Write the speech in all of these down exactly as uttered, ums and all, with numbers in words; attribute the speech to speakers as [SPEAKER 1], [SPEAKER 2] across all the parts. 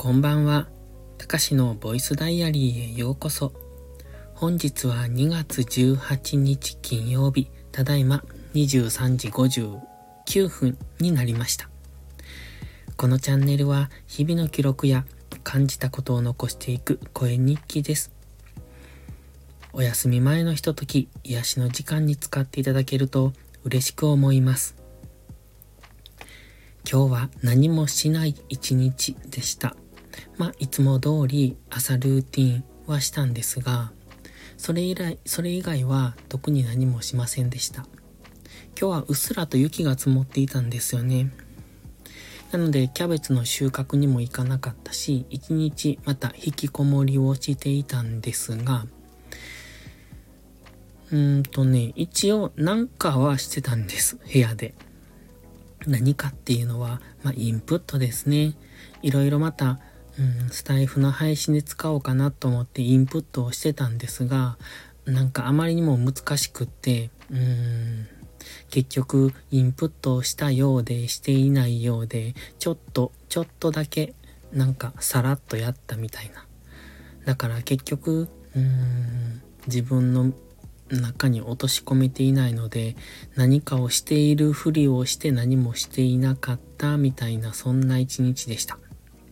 [SPEAKER 1] こんばんは。たかしのボイスダイアリーへようこそ。本日はにがつじゅうはちにち金曜日、ただいまにじゅうさんじごじゅうきゅうふんになりました。このチャンネルは日々の記録や感じたことを残していく声日記です。お休み前のひととき、癒しの時間に使っていただけると嬉しく思います。今日は何もしない一日でした。まあ、いつも通り朝ルーティンはしたんですが、それ以来、それ以外は特に何もしませんでした。今日はうっすらと雪が積もっていたんですよね。なのでキャベツの収穫にも行かなかったし、一日また引きこもりをしていたんですが、うーんとね、一応なんかはしてたんです、部屋で。何かっていうのは、まあ、インプットですね。いろいろまた、うん、スタイフの配信で使おうかなと思ってインプットをしてたんですが、なんかあまりにも難しくって、うーん、結局インプットをしたようでしていないようで、ちょっと、ちょっとだけなんかさらっとやったみたいな。だから結局、うーん、自分の中に落とし込めていないので、何かをしているふりをして何もしていなかったみたいな、そんな一日でした。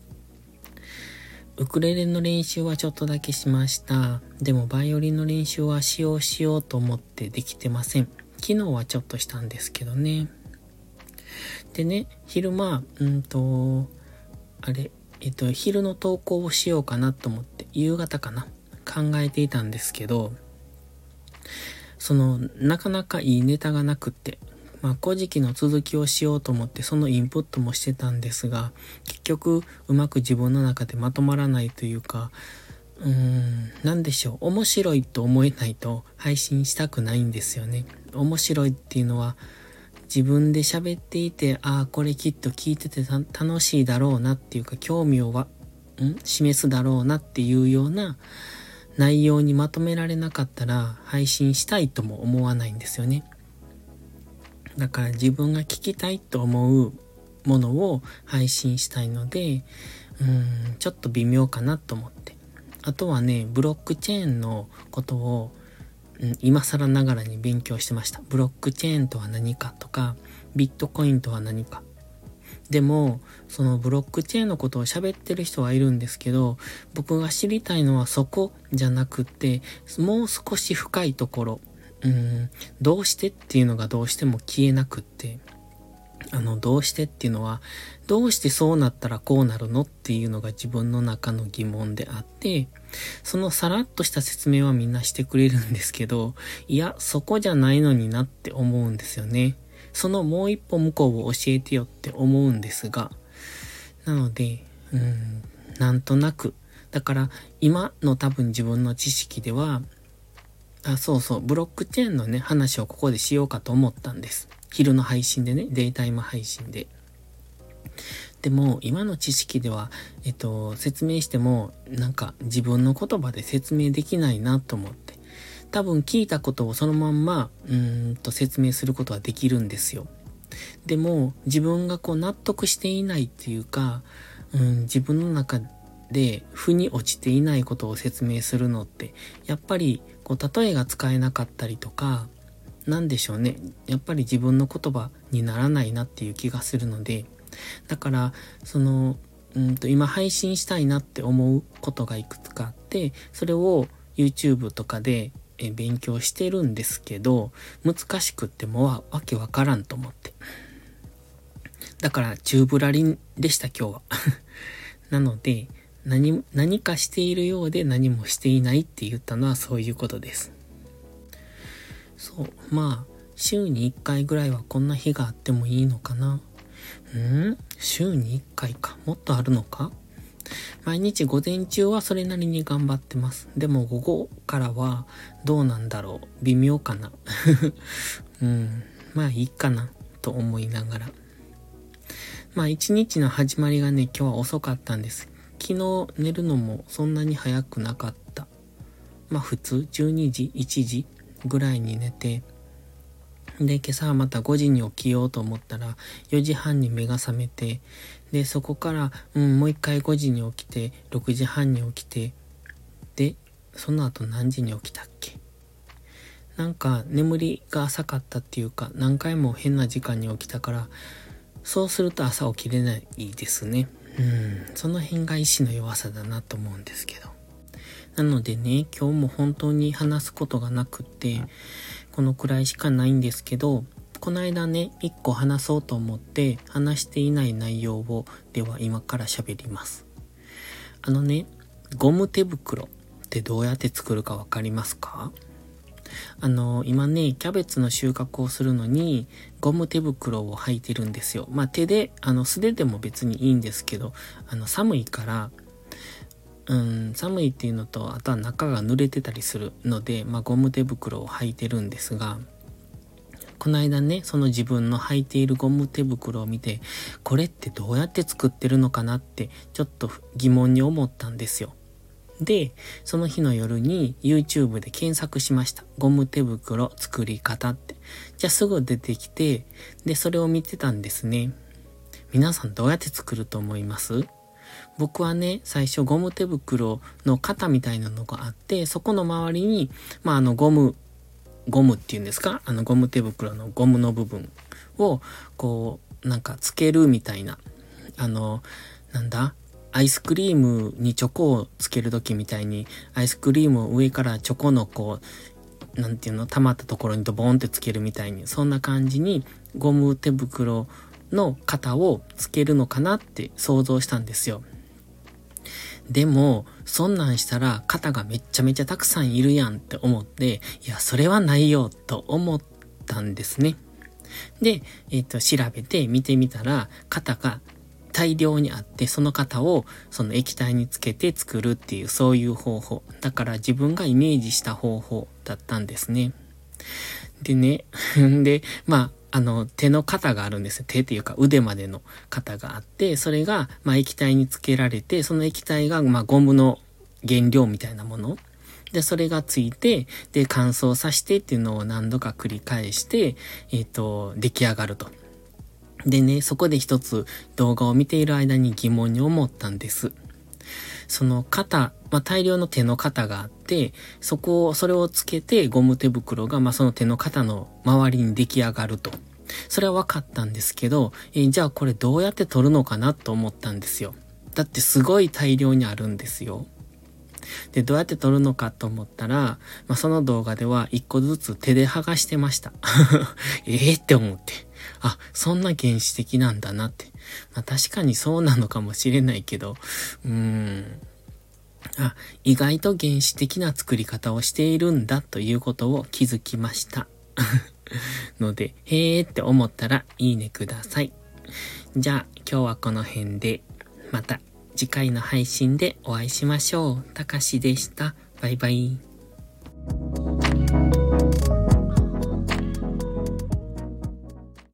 [SPEAKER 1] ウクレレの練習はちょっとだけしました。でもバイオリンの練習はしようしようと思ってできてません。昨日はちょっとしたんですけどね。でね、昼間、うんと、あれ、えっと、昼の投稿をしようかなと思って、夕方かな、考えていたんですけど、その、なかなかいいネタがなくって、まあ、古事記の続きをしようと思ってそのインプットもしてたんですが、結局うまく自分の中でまとまらないというか、うーん、なんでしょう、面白いと思えないと配信したくないんですよね。面白いっていうのは、自分で喋っていて、ああ、これきっと聞いてて楽しいだろうなっていうか、興味をわ、ん示すだろうなっていうような内容にまとめられなかったら配信したいとも思わないんですよね。だから自分が聞きたいと思うものを配信したいので、うーん、ちょっと微妙かなと思って。あとはね、ブロックチェーンのことを、うん、今更ながらに勉強してました。ブロックチェーンとは何かとか、ビットコインとは何か。でも、そのブロックチェーンのことを喋ってる人はいるんですけど、僕が知りたいのはそこじゃなくて、もう少し深いところ、うーん、どうしてっていうのがどうしても消えなくって、あの、どうしてっていうのは、どうしてそうなったらこうなるのっていうのが自分の中の疑問であって、そのさらっとした説明はみんなしてくれるんですけど、いや、そこじゃないのになって思うんですよね。そのもう一歩向こうを教えてよって思うんですが、なので、うーん、なんとなく、だから今の多分自分の知識では、あ、そうそう、ブロックチェーンのね、話をここでしようかと思ったんです。昼の配信でね、デイタイム配信で。でも、今の知識では、えっと、説明しても、なんか自分の言葉で説明できないなと思って。多分聞いたことをそのまんま、うーんと説明することはできるんですよ。でも、自分がこう納得していないっていうか、うん、自分の中で腑に落ちていないことを説明するのって、やっぱりこう例えが使えなかったりとか、なんでしょうね。やっぱり自分の言葉にならないなっていう気がするので、だからそのうんと今配信したいなって思うことがいくつかあって、それを YouTube とかでえ勉強してるんですけど、難しくってもわわけわからんと思って。だから宙ぶらりんでした今日は。なので何何かしているようで何もしていないって言ったのはそういうことです。そう、まあ週にいっかいぐらいはこんな日があってもいいのかな。ん週にいっかいか。もっとあるのか。毎日午前中はそれなりに頑張ってます。でも午後からはどうなんだろう。微妙かな。うん、まあいいかなと思いながら。まあ一日の始まりがね、今日は遅かったんです。昨日寝るのもそんなに早くなかった。まあ普通じゅうにじ、いちじぐらいに寝て、 で、今朝はまたごじに起きようと思ったら、よじはんに目が覚めて、で、そこから、うん、もう一回ごじに起きて、ろくじはんに起きて、で、その後何時に起きたっけ？なんか、眠りが浅かったっていうか、何回も変な時間に起きたから、そうすると朝起きれないですね。うん、その辺が意志の弱さだなと思うんですけど。なのでね、今日も本当に話すことがなくって、このくらいしかないんですけど、この間ね、一個話そうと思って話していない内容を、では今から喋ります。あのね、ゴム手袋ってどうやって作るかわかりますか？あの、今ね、キャベツの収穫をするのに、ゴム手袋を履いてるんですよ。まあ手で、あの素手でも別にいいんですけど、あの寒いから、うん、寒いっていうのと、あとは中が濡れてたりするので、まあゴム手袋を履いてるんですが、この間ね、その自分の履いているゴム手袋を見て、これってどうやって作ってるのかなって、ちょっと疑問に思ったんですよ。で、その日の夜に YouTube で検索しました。ゴム手袋作り方って。じゃあすぐ出てきて、で、それを見てたんですね。皆さんどうやって作ると思います？僕はね、最初ゴム手袋の型みたいなのがあって、そこの周りに、まあ、あのゴム、ゴムっていうんですか？あのゴム手袋のゴムの部分を、こう、なんかつけるみたいな。あの、なんだ？アイスクリームにチョコをつけるときみたいに、アイスクリームを上からチョコのこう、なんていうの、溜まったところにドボンってつけるみたいに、そんな感じにゴム手袋の型をつけるのかなって想像したんですよ。でも、そんなんしたら型がめっちゃめちゃたくさんいるやんって思って、いや、それはないよと思ったんですね。で、えっと、調べて見てみたら、型が大量にあって、その型をその液体につけて作るっていう、そういう方法。だから自分がイメージした方法だったんですね。でね、で、まあ、あの、手の型があるんですよ。手っていうか腕までの型があって、それが、まあ、液体につけられて、その液体が、まあ、ゴムの原料みたいなもの。で、それがついて、で、乾燥させてっていうのを何度か繰り返して、えっと、出来上がると。でね、そこで一つ動画を見ている間に疑問に思ったんです。その型、まあ、大量の手の型があって、そこを、それをつけてゴム手袋が、まあ、その手の型の周りに出来上がると。それは分かったんですけど、えー、じゃあこれどうやって取るのかなと思ったんですよ。だってすごい大量にあるんですよ。で、どうやって撮るのかと思ったら、まあ、その動画では一個ずつ手で剥がしてました。ええって思って。あ、そんな原始的なんだなって。まあ、確かにそうなのかもしれないけど、うーん。あ、意外と原始的な作り方をしているんだということを気づきました。ので、へーって思ったらいいねください。じゃあ、今日はこの辺で、また次回の配信でお会いしましょう。たかしでした。バイバイ。